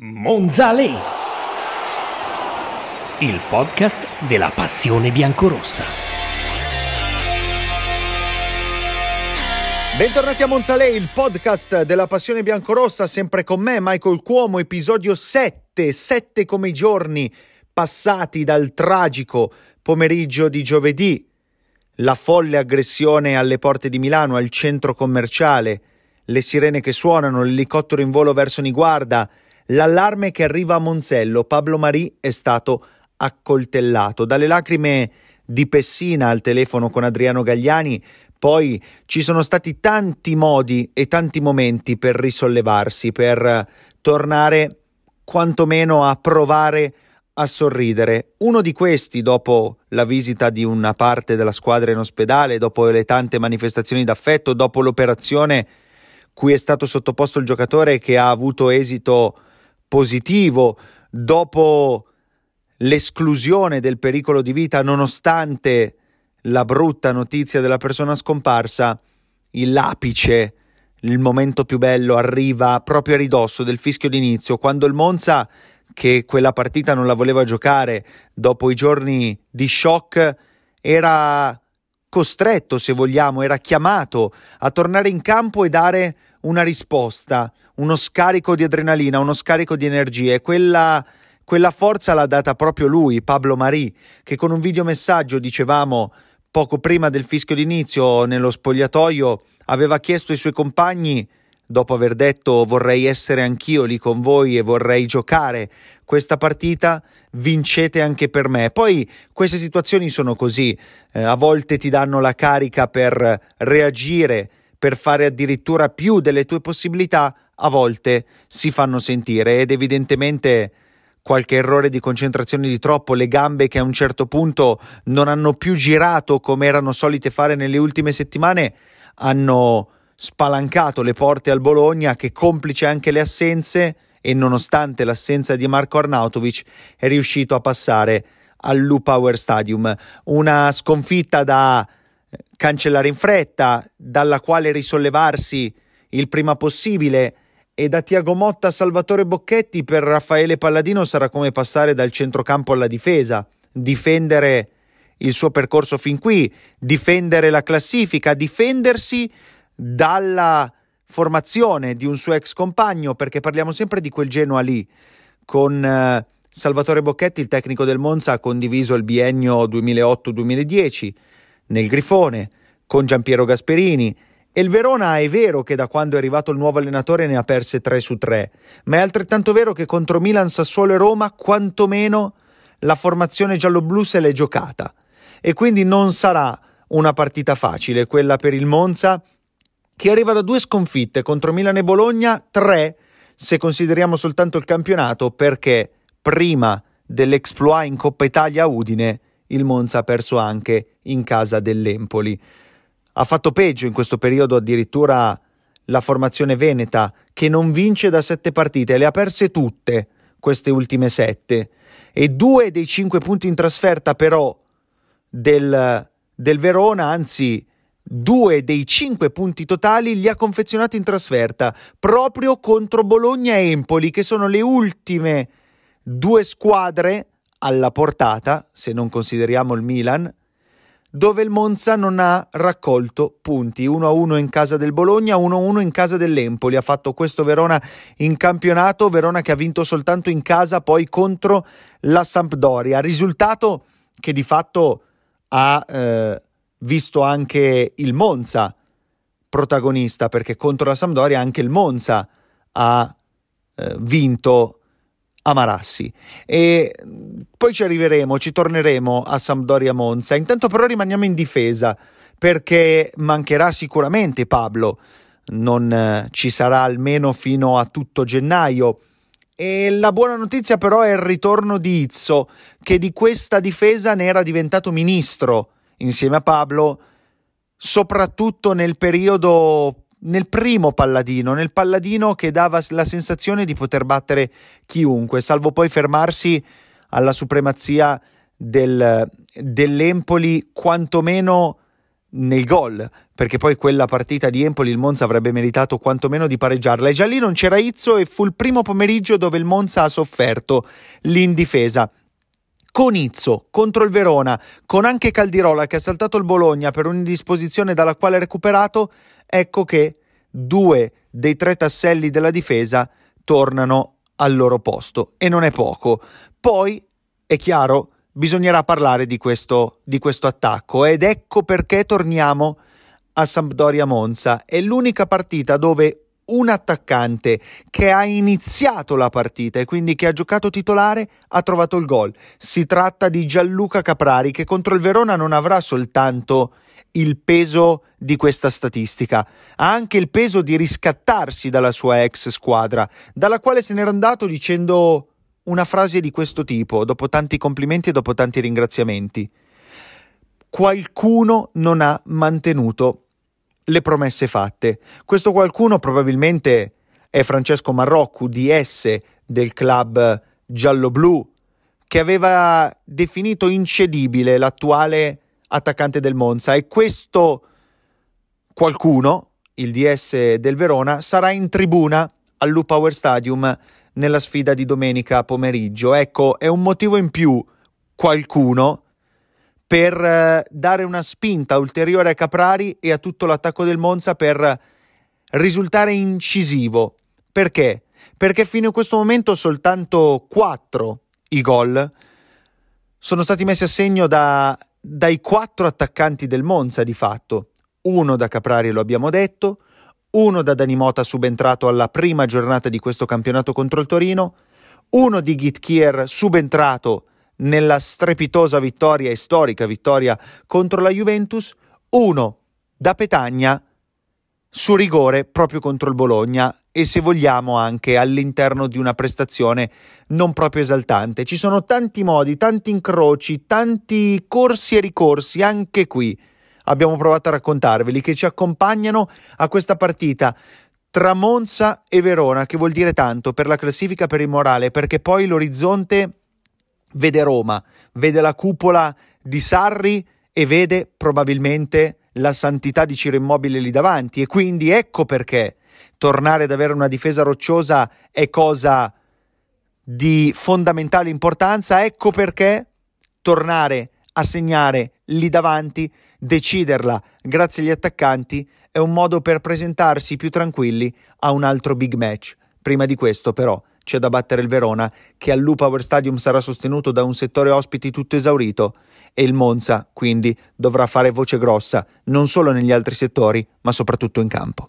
Monzalè, il podcast della passione biancorossa. Bentornati a Monzalè, il podcast della passione biancorossa, sempre con me, Michael Cuomo, episodio 7 come i giorni passati dal tragico pomeriggio di giovedì, la folle aggressione alle porte di Milano, al centro commerciale, le sirene che suonano, l'elicottero in volo verso Niguarda, l'allarme che arriva a Monzello. Pablo Marì è stato accoltellato. Dalle lacrime di Pessina al telefono con Adriano Galliani, poi ci sono stati tanti modi e tanti momenti per risollevarsi, per tornare quantomeno a provare a sorridere. Uno di questi, dopo la visita di una parte della squadra in ospedale, dopo le tante manifestazioni d'affetto, dopo l'operazione cui è stato sottoposto il giocatore che ha avuto esito positivo, dopo l'esclusione del pericolo di vita nonostante la brutta notizia della persona scomparsa, l'apice, il momento più bello arriva proprio a ridosso del fischio d'inizio, quando il Monza, che quella partita non la voleva giocare dopo i giorni di shock, era costretto, se vogliamo, era chiamato a tornare in campo e dare una risposta, uno scarico di adrenalina, uno scarico di energie. Quella forza l'ha data proprio lui, Pablo Marì, che con un videomessaggio, dicevamo poco prima del fischio d'inizio nello spogliatoio, aveva chiesto ai suoi compagni, dopo aver detto vorrei essere anch'io lì con voi e vorrei giocare questa partita, vincete anche per me. Poi queste situazioni sono così, a volte ti danno la carica per reagire, per fare addirittura più delle tue possibilità, a volte si fanno sentire ed evidentemente qualche errore di concentrazione di troppo, le gambe che a un certo punto non hanno più girato come erano solite fare nelle ultime settimane, hanno spalancato le porte al Bologna, che, complice anche le assenze e nonostante l'assenza di Marko Arnautovic, è riuscito a passare al Lupower Stadium. Una sconfitta da cancellare in fretta, dalla quale risollevarsi il prima possibile, e da Thiago Motta a Salvatore Bocchetti per Raffaele Palladino sarà come passare dal centrocampo alla difesa, difendere il suo percorso fin qui, difendere la classifica, difendersi dalla formazione di un suo ex compagno, perché parliamo sempre di quel Genoa lì. Con Salvatore Bocchetti, il tecnico del Monza, ha condiviso il biennio 2008-2010 nel Grifone con Giampiero Gasperini, e il Verona è vero che da quando è arrivato il nuovo allenatore ne ha perse 3 su 3, ma è altrettanto vero che contro Milan, Sassuolo e Roma quantomeno la formazione gialloblu se l'è giocata, e quindi non sarà una partita facile quella per il Monza, che arriva da 2 sconfitte contro Milan e Bologna, 3 se consideriamo soltanto il campionato, perché prima dell'exploit in Coppa Italia a Udine il Monza ha perso anche in casa dell'Empoli. Ha fatto peggio in questo periodo addirittura la formazione veneta, che non vince da 7 partite, le ha perse tutte queste ultime 7, e 2 dei 5 punti in trasferta però del Verona, anzi 2 dei 5 punti totali li ha confezionati in trasferta proprio contro Bologna e Empoli, che sono le ultime 2 squadre alla portata, se non consideriamo il Milan, dove il Monza non ha raccolto punti. 1-1 in casa del Bologna, 1-1 in casa dell'Empoli. Ha fatto questo Verona in campionato, Verona che ha vinto soltanto in casa poi contro la Sampdoria, risultato che di fatto ha visto anche il Monza protagonista, perché contro la Sampdoria anche il Monza ha vinto a Marassi. E poi ci arriveremo, ci torneremo a Sampdoria-Monza. Intanto però rimaniamo in difesa, perché mancherà sicuramente Pablo, non ci sarà almeno fino a tutto gennaio, e la buona notizia però è il ritorno di Izzo, che di questa difesa ne era diventato ministro insieme a Pablo, soprattutto nel periodo, nel primo Palladino, nel Palladino che dava la sensazione di poter battere chiunque, salvo poi fermarsi alla supremazia dell'Empoli, quantomeno nel gol, perché poi quella partita di Empoli il Monza avrebbe meritato quantomeno di pareggiarla, e già lì non c'era Izzo e fu il primo pomeriggio dove il Monza ha sofferto l'indifesa. Con Izzo contro il Verona, con anche Caldirola che ha saltato il Bologna per un'indisposizione dalla quale ha recuperato, ecco che 2 dei 3 tasselli della difesa tornano al loro posto, e non è poco. Poi è chiaro, bisognerà parlare di questo attacco, ed ecco perché torniamo a Sampdoria-Monza. È l'unica partita dove un attaccante che ha iniziato la partita e quindi che ha giocato titolare ha trovato il gol. Si tratta di Gianluca Caprari, che contro il Verona non avrà soltanto il peso di questa statistica, ha anche il peso di riscattarsi dalla sua ex squadra, dalla quale se n'era andato dicendo una frase di questo tipo, dopo tanti complimenti e dopo tanti ringraziamenti: qualcuno non ha mantenuto le promesse fatte. Questo qualcuno probabilmente è Francesco Marroccu, DS del club giallo-blu, che aveva definito incedibile l'attuale attaccante del Monza, e questo qualcuno, il DS del Verona, sarà in tribuna al Lupower Stadium nella sfida di domenica pomeriggio. Ecco, è un motivo in più, qualcuno, per dare una spinta ulteriore a Caprari e a tutto l'attacco del Monza per risultare incisivo. Perché? Perché fino a questo momento soltanto 4 i gol sono stati messi a segno dai 4 attaccanti del Monza di fatto. 1 da Caprari, lo abbiamo detto, 1 da Dani Mota subentrato alla prima giornata di questo campionato contro il Torino, 1 di Gitkier subentrato nella strepitosa vittoria e storica vittoria contro la Juventus, 1 da Petagna su rigore proprio contro il Bologna, e se vogliamo anche all'interno di una prestazione non proprio esaltante. Ci sono tanti modi, tanti incroci, tanti corsi e ricorsi, anche qui abbiamo provato a raccontarveli, che ci accompagnano a questa partita tra Monza e Verona, che vuol dire tanto per la classifica, per il morale, perché poi l'orizzonte vede Roma, vede la cupola di Sarri e vede probabilmente la santità di Ciro Immobile lì davanti, e quindi ecco perché tornare ad avere una difesa rocciosa è cosa di fondamentale importanza, ecco perché tornare a segnare lì davanti, deciderla grazie agli attaccanti, è un modo per presentarsi più tranquilli a un altro big match. Prima di questo però c'è da battere il Verona, che al Lupower Stadium sarà sostenuto da un settore ospiti tutto esaurito, e il Monza quindi dovrà fare voce grossa non solo negli altri settori ma soprattutto in campo.